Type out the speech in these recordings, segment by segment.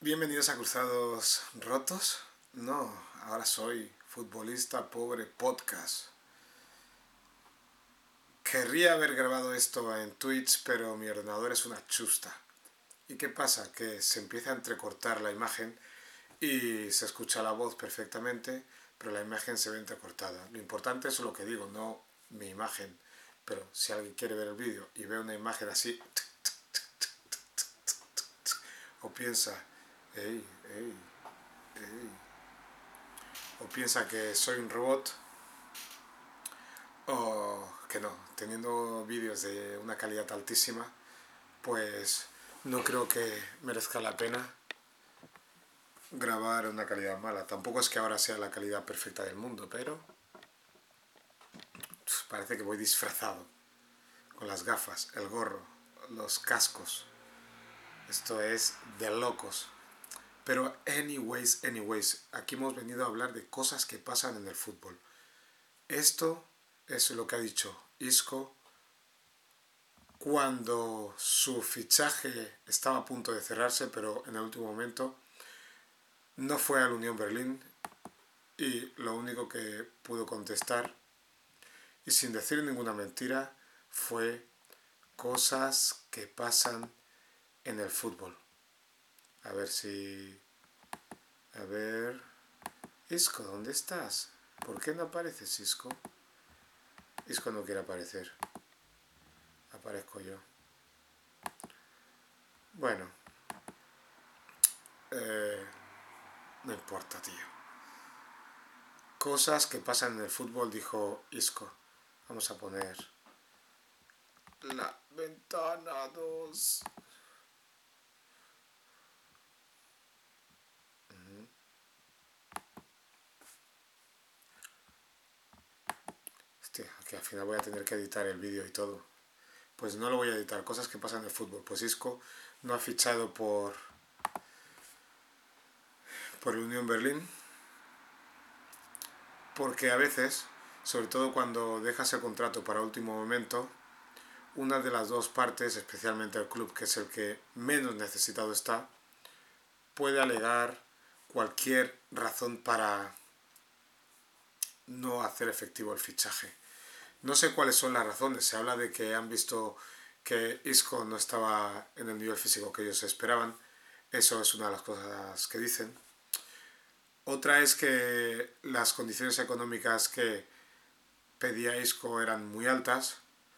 Bienvenidos a Cruzados Rotos. No, ahora soy futbolista pobre podcast. Querría haber grabado esto en Twitch, pero mi ordenador es una chusta. ¿Y qué pasa? Que se empieza a entrecortar la imagen y se escucha la voz perfectamente, pero la imagen se ve entrecortada. Lo importante es lo que digo, no mi imagen. Pero si alguien quiere ver el vídeo y ve una imagen así, o piensa, ey, ey, ey, o piensa que soy un robot, o que no, teniendo vídeos de una calidad altísima, pues no creo que merezca la pena grabar una calidad mala. Tampoco es que ahora sea la calidad perfecta del mundo, pero parece que voy disfrazado, con las gafas, el gorro, los cascos. Esto es de locos. Pero anyways, aquí hemos venido a hablar de cosas que pasan en el fútbol. Esto es lo que ha dicho Isco cuando su fichaje estaba a punto de cerrarse, pero en el último momento no fue al Unión Berlín y lo único que pudo contestar, y sin decir ninguna mentira, fue cosas que pasan en el fútbol. A ver si... A ver... Isco, ¿dónde estás? ¿Por qué no apareces, Isco? Isco no quiere aparecer. Aparezco yo. Bueno, eh, no importa, tío. Cosas que pasan en el fútbol, dijo Isco. Vamos a poner la ventana 2. Hostia, que al final voy a tener que editar el vídeo y todo. Pues no lo voy a editar. Cosas que pasan en el fútbol. Pues Isco no ha fichado por el Unión Berlín. Porque a veces, sobre todo cuando dejas el contrato para último momento, una de las dos partes, especialmente el club, que es el que menos necesitado está, puede alegar cualquier razón para no hacer efectivo el fichaje. No sé cuáles son las razones. Se habla de que han visto que Isco no estaba en el nivel físico que ellos esperaban. Eso es una de las cosas que dicen. Otra es que las condiciones económicas que pedía Isco eran muy altas.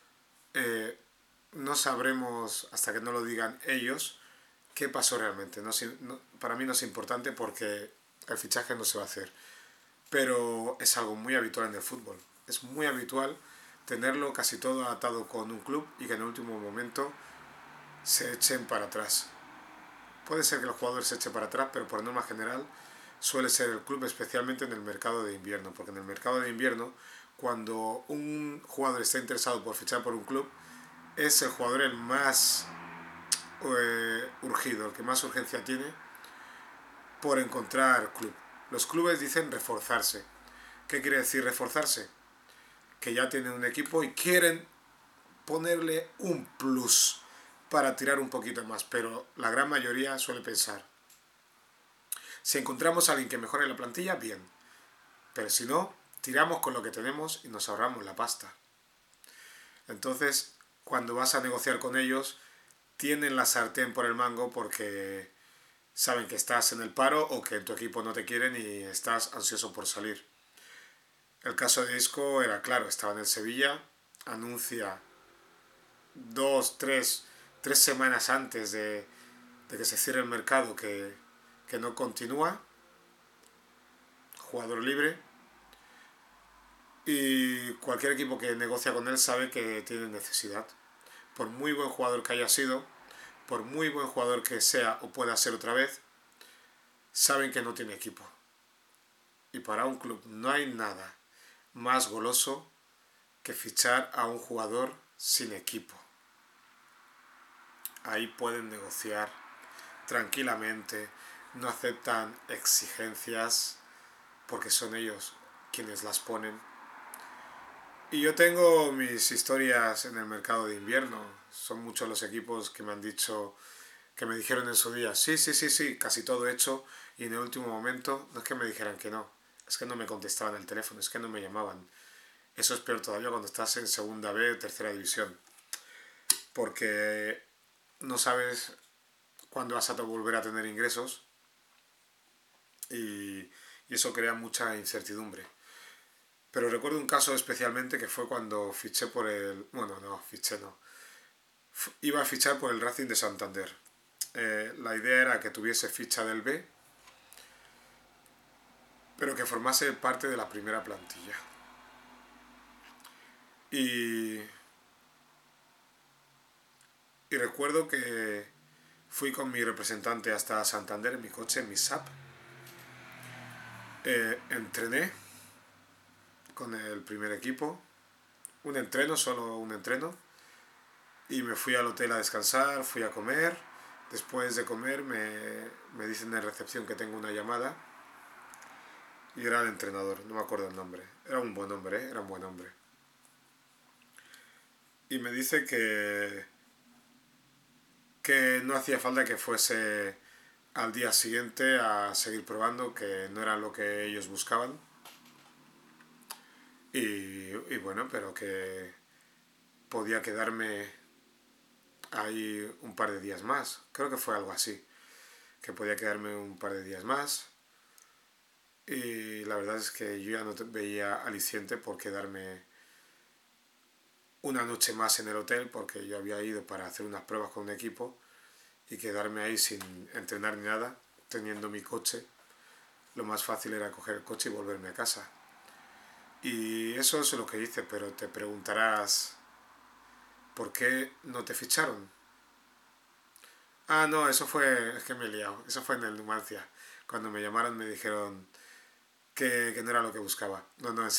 No sabremos, hasta que no lo digan ellos, qué pasó realmente. Para mí no es importante porque el fichaje no se va a hacer. Pero es algo muy habitual en el fútbol. Es muy habitual tenerlo casi todo atado con un club y que en el último momento se echen para atrás. Puede ser que el jugador se eche para atrás, pero por norma general suele ser el club, especialmente en el mercado de invierno, porque en el mercado de invierno, cuando un jugador está interesado por fichar por un club, es el jugador el más urgido, el que más urgencia tiene por encontrar club. Los clubes dicen reforzarse. ¿Qué quiere decir reforzarse? Que ya tienen un equipo y quieren ponerle un plus para tirar un poquito más, pero la gran mayoría suele pensar, si encontramos a alguien que mejore la plantilla, bien, pero si no, tiramos con lo que tenemos y nos ahorramos la pasta. Entonces, cuando vas a negociar con ellos, tienen la sartén por el mango porque saben que estás en el paro o que en tu equipo no te quieren y estás ansioso por salir. El caso de Isco era claro, estaba en el Sevilla, anuncia dos, tres semanas antes de que se cierre el mercado que no continúa, jugador libre, y cualquier equipo que negocia con él sabe que tiene necesidad. Por muy buen jugador que haya sido, por muy buen jugador que sea o pueda ser otra vez, saben que no tiene equipo. Y para un club no hay nada más goloso que fichar a un jugador sin equipo. Ahí pueden negociar tranquilamente, no aceptan exigencias porque son ellos quienes las ponen. Y yo tengo mis historias en el mercado de invierno. Son muchos los equipos que me han dicho que me dijeron en su día, sí, sí, sí, sí, casi todo hecho, y en el último momento no es que me dijeran que no, es que no me contestaban el teléfono, es que no me llamaban. Eso es peor todavía cuando estás en segunda B o tercera división, porque no sabes cuándo vas a volver a tener ingresos y, y eso crea mucha incertidumbre. Pero recuerdo un caso especialmente que fue cuando fiché por el... Bueno, no, fiché no. Iba a fichar por el Racing de Santander. La idea era que tuviese ficha del B, pero que formase parte de la primera plantilla. Y, y recuerdo que fui con mi representante hasta Santander en mi coche, en mi SAP. Entrené con el primer equipo. Un entreno, solo un entreno. Y me fui al hotel a descansar, fui a comer. Después de comer me dicen en recepción que tengo una llamada. Y era el entrenador, no me acuerdo el nombre. Era un buen hombre, era un buen hombre. Y me dice que no hacía falta que fuese al día siguiente a seguir probando, que no era lo que ellos buscaban. Y bueno, pero que podía quedarme ahí un par de días más. Creo que fue algo así. Que podía quedarme un par de días más. Y la verdad es que yo ya no veía aliciente por quedarme una noche más en el hotel porque yo había ido para hacer unas pruebas con un equipo y quedarme ahí sin entrenar ni nada, teniendo mi coche. Lo más fácil era coger el coche y volverme a casa. Y eso es lo que hice, pero te preguntarás, ¿por qué no te ficharon? Ah, no, eso fue, es que me he liado, eso fue en el Numancia. Cuando me llamaron me dijeron que no era lo que buscaba. No, no,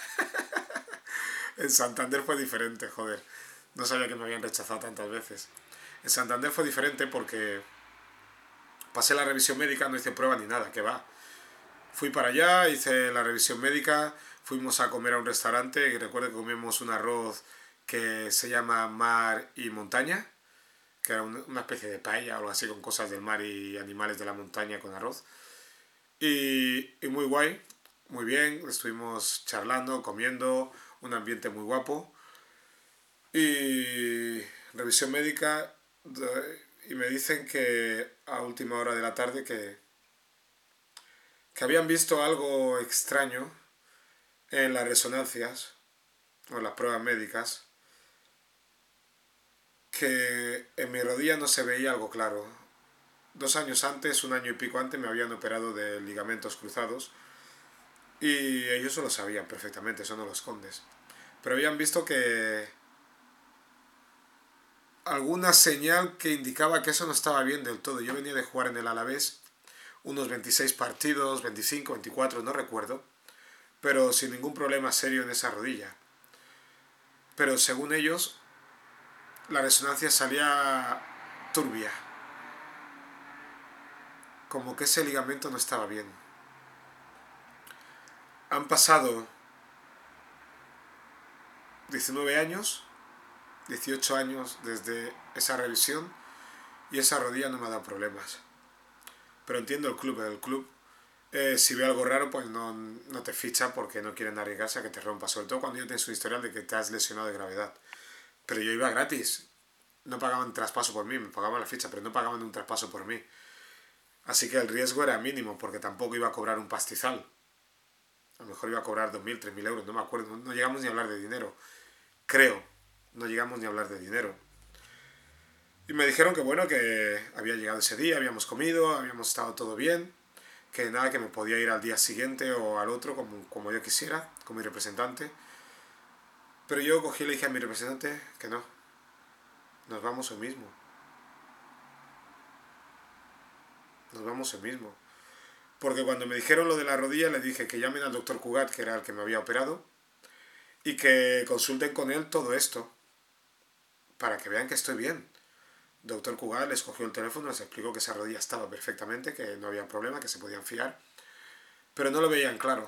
en Santander fue diferente, joder. No sabía que me habían rechazado tantas veces. En Santander fue diferente porque pasé la revisión médica, no hice prueba ni nada, que va. Fui para allá, hice la revisión médica, fuimos a comer a un restaurante y recuerdo que comimos un arroz que se llama Mar y Montaña, que era una especie de paella o algo así con cosas del mar y animales de la montaña con arroz. Y muy guay, muy bien, estuvimos charlando, comiendo, un ambiente muy guapo. Y revisión médica y me dicen que a última hora de la tarde que habían visto algo extraño en las resonancias o en las pruebas médicas, que en mi rodilla no se veía algo claro. 2 años antes, un año y pico antes, me habían operado de ligamentos cruzados y ellos lo sabían perfectamente, eso no lo escondes. Pero habían visto que alguna señal que indicaba que eso no estaba bien del todo. Yo venía de jugar en el Alavés unos 26 partidos, 25, 24, no recuerdo, pero sin ningún problema serio en esa rodilla. Pero según ellos, la resonancia salía turbia, como que ese ligamento no estaba bien. Han pasado 19 años, 18 años desde esa revisión y esa rodilla no me ha dado problemas. Pero entiendo el club si ve algo raro pues no te ficha porque no quieren arriesgarse a que te rompa, sobre todo cuando ya tienes un historial de que te has lesionado de gravedad. Pero yo iba gratis, no pagaban traspaso por mí, me pagaban la ficha, pero no pagaban un traspaso por mí. Así que el riesgo era mínimo, porque tampoco iba a cobrar un pastizal. A lo mejor iba a cobrar 2.000, 3.000 euros, no me acuerdo, no llegamos ni a hablar de dinero. Creo, no llegamos ni a hablar de dinero. Y me dijeron que bueno, que había llegado ese día, habíamos comido, habíamos estado todo bien, que nada, que me podía ir al día siguiente o al otro como yo quisiera, con mi representante. Pero yo cogí y le dije a mi representante que no, nos vamos hoy mismo. Nos vamos hoy mismo. Porque cuando me dijeron lo de la rodilla le dije que llamen al doctor Cugat, que era el que me había operado, y que consulten con él todo esto, para que vean que estoy bien. Doctor Cugat les cogió el teléfono, les explicó que esa rodilla estaba perfectamente, que no había problema, que se podían fiar, pero no lo veían claro.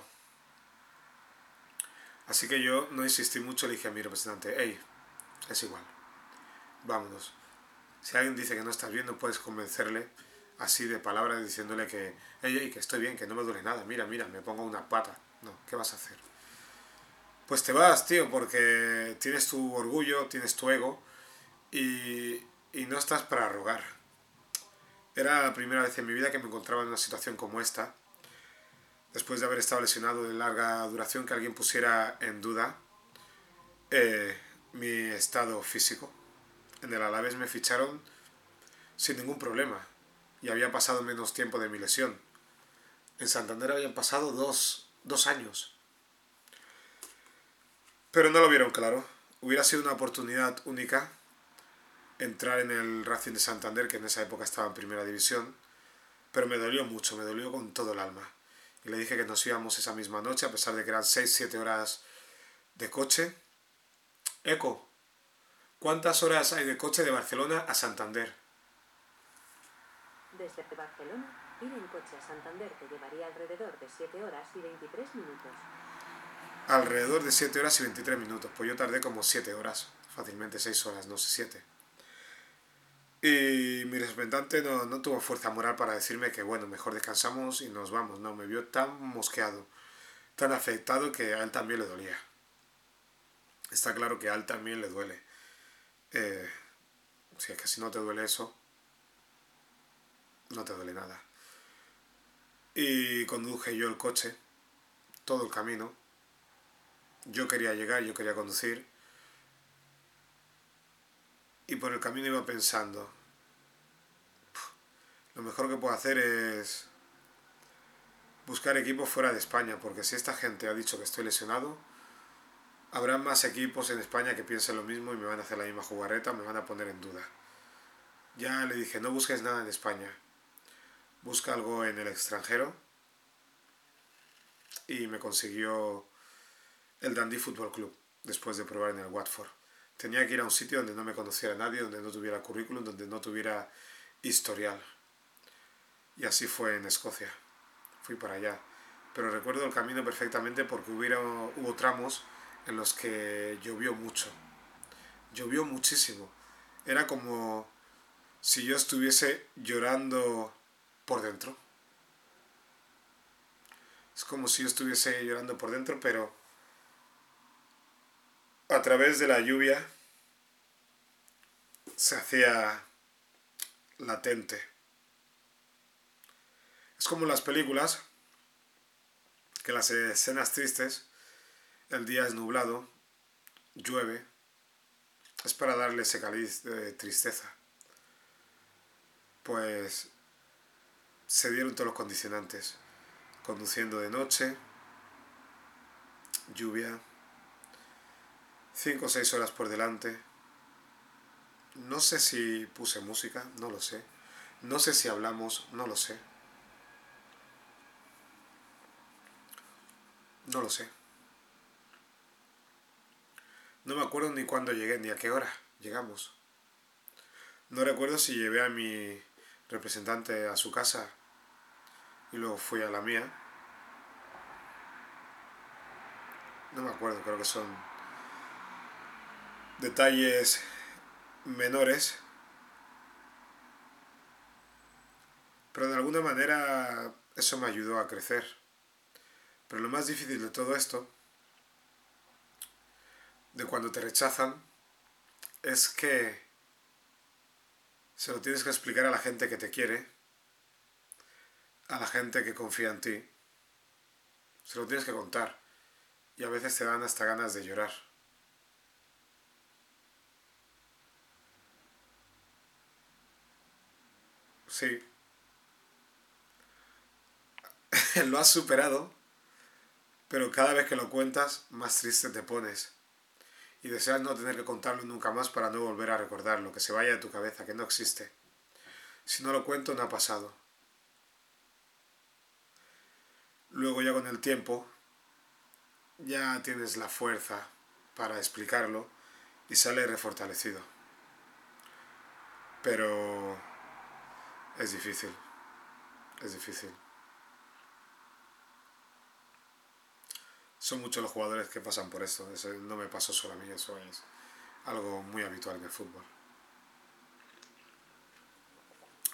Así que yo no insistí mucho, le dije a mi representante, hey, es igual, vámonos. Si alguien dice que no estás bien, no puedes convencerle así de palabras diciéndole que, hey, que estoy bien, que no me duele nada, mira, me pongo una pata. No, ¿qué vas a hacer? Pues te vas, tío, porque tienes tu orgullo, tienes tu ego y, y no estás para rogar. Era la primera vez en mi vida que me encontraba en una situación como esta, después de haber estado lesionado de larga duración, que alguien pusiera en duda eh, mi estado físico. En el Alavés me ficharon sin ningún problema y había pasado menos tiempo de mi lesión. En Santander habían pasado dos años, pero no lo vieron claro. Hubiera sido una oportunidad única entrar en el Racing de Santander, que en esa época estaba en primera división, pero me dolió mucho, me dolió con todo el alma. Y le dije que nos íbamos esa misma noche, a pesar de que eran 6 7 horas de coche. Eco, ¿cuántas horas hay de coche de Barcelona a Santander? Desde Barcelona, ir en coche a Santander te llevaría alrededor de 7 horas y 23 minutos. Alrededor de 7 horas y 23 minutos. Pues yo tardé como 7 horas, fácilmente 6 horas, no sé, 7. Y mi representante no tuvo fuerza moral para decirme que bueno, mejor descansamos y nos vamos. No, me vio tan mosqueado, tan afectado que a él también le dolía. Está claro que a él también le duele. Eh, si es que si no te duele eso, no te duele nada. Y conduje yo el coche, todo el camino. Yo quería llegar, yo quería conducir. Y por el camino iba pensando, lo mejor que puedo hacer es buscar equipos fuera de España, porque si esta gente ha dicho que estoy lesionado, habrá más equipos en España que piensen lo mismo y me van a hacer la misma jugarreta, me van a poner en duda. Ya le dije, no busques nada en España, busca algo en el extranjero y me consiguió el Dundee Football Club después de probar en el Watford. Tenía que ir a un sitio donde no me conociera nadie, donde no tuviera currículum, donde no tuviera historial. Y así fue en Escocia. Fui para allá. Pero recuerdo el camino perfectamente porque hubo tramos en los que llovió mucho. Llovió muchísimo. Era como si yo estuviese llorando por dentro. Es como si yo estuviese llorando por dentro, pero a través de la lluvia se hacía latente. Es como en las películas, que las escenas tristes, el día es nublado, llueve, es para darle ese caliz de tristeza. Pues se dieron todos los condicionantes. Conduciendo de noche, lluvia, 5 o 6 horas por delante. No sé si puse música, no lo sé. No sé si hablamos, no lo sé. No lo sé. No me acuerdo ni cuándo llegué, ni a qué hora llegamos. No recuerdo si llevé a mi representante a su casa y luego fui a la mía. No me acuerdo, creo que son detalles menores. Pero de alguna manera eso me ayudó a crecer. Pero lo más difícil de todo esto, de cuando te rechazan, es que se lo tienes que explicar a la gente que te quiere, a la gente que confía en ti. Se lo tienes que contar. Y a veces te dan hasta ganas de llorar. Sí, lo has superado, pero cada vez que lo cuentas, más triste te pones. Y deseas no tener que contarlo nunca más para no volver a recordarlo, que se vaya de tu cabeza, que no existe. Si no lo cuento, no ha pasado. Luego ya con el tiempo, ya tienes la fuerza para explicarlo y sale refortalecido. Pero es difícil, es difícil. Son muchos los jugadores que pasan por esto. Eso no me pasó solo a mí, eso es algo muy habitual en el fútbol.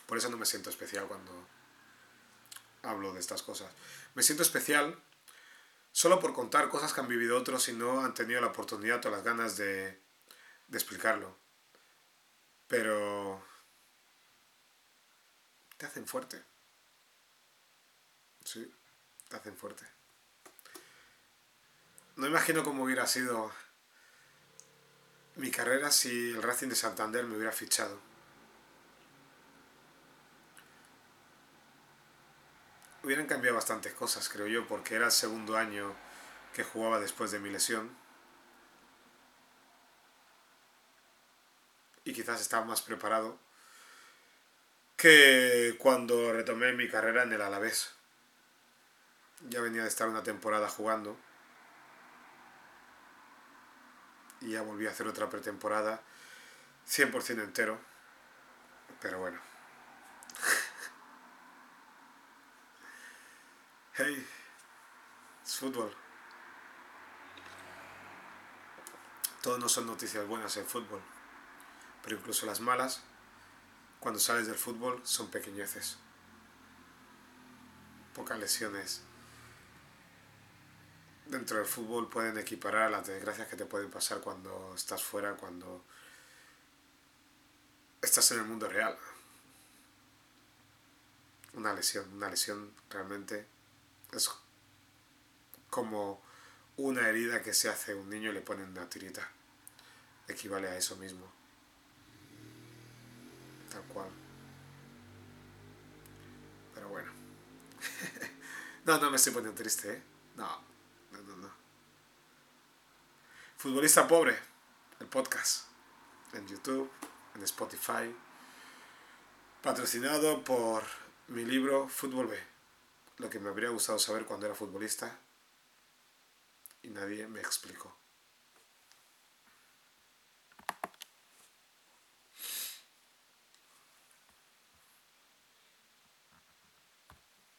Por eso no me siento especial cuando hablo de estas cosas. Me siento especial solo por contar cosas que han vivido otros y no han tenido la oportunidad o las ganas de explicarlo. Pero te hacen fuerte. Sí, te hacen fuerte. No imagino cómo hubiera sido mi carrera si el Racing de Santander me hubiera fichado. Hubieran cambiado bastantes cosas, creo yo, porque era el segundo año que jugaba después de mi lesión. Y quizás estaba más preparado que cuando retomé mi carrera en el Alavés. Ya venía de estar una temporada jugando y ya volví a hacer otra pretemporada 100% entero. Pero bueno. Hey, es fútbol. Todo no son noticias buenas en fútbol. Pero incluso las malas, cuando sales del fútbol, son pequeñeces. Pocas lesiones dentro del fútbol pueden equiparar a las desgracias que te pueden pasar cuando estás fuera, cuando estás en el mundo real. Una lesión realmente es como una herida que se hace a un niño y le ponen una tirita. Equivale a eso mismo. Tal cual. Pero bueno. No me estoy poniendo triste, ¿eh? No. Futbolista pobre, el podcast. En YouTube, en Spotify. Patrocinado por mi libro Fútbol B. Lo que me habría gustado saber cuando era futbolista y nadie me explicó.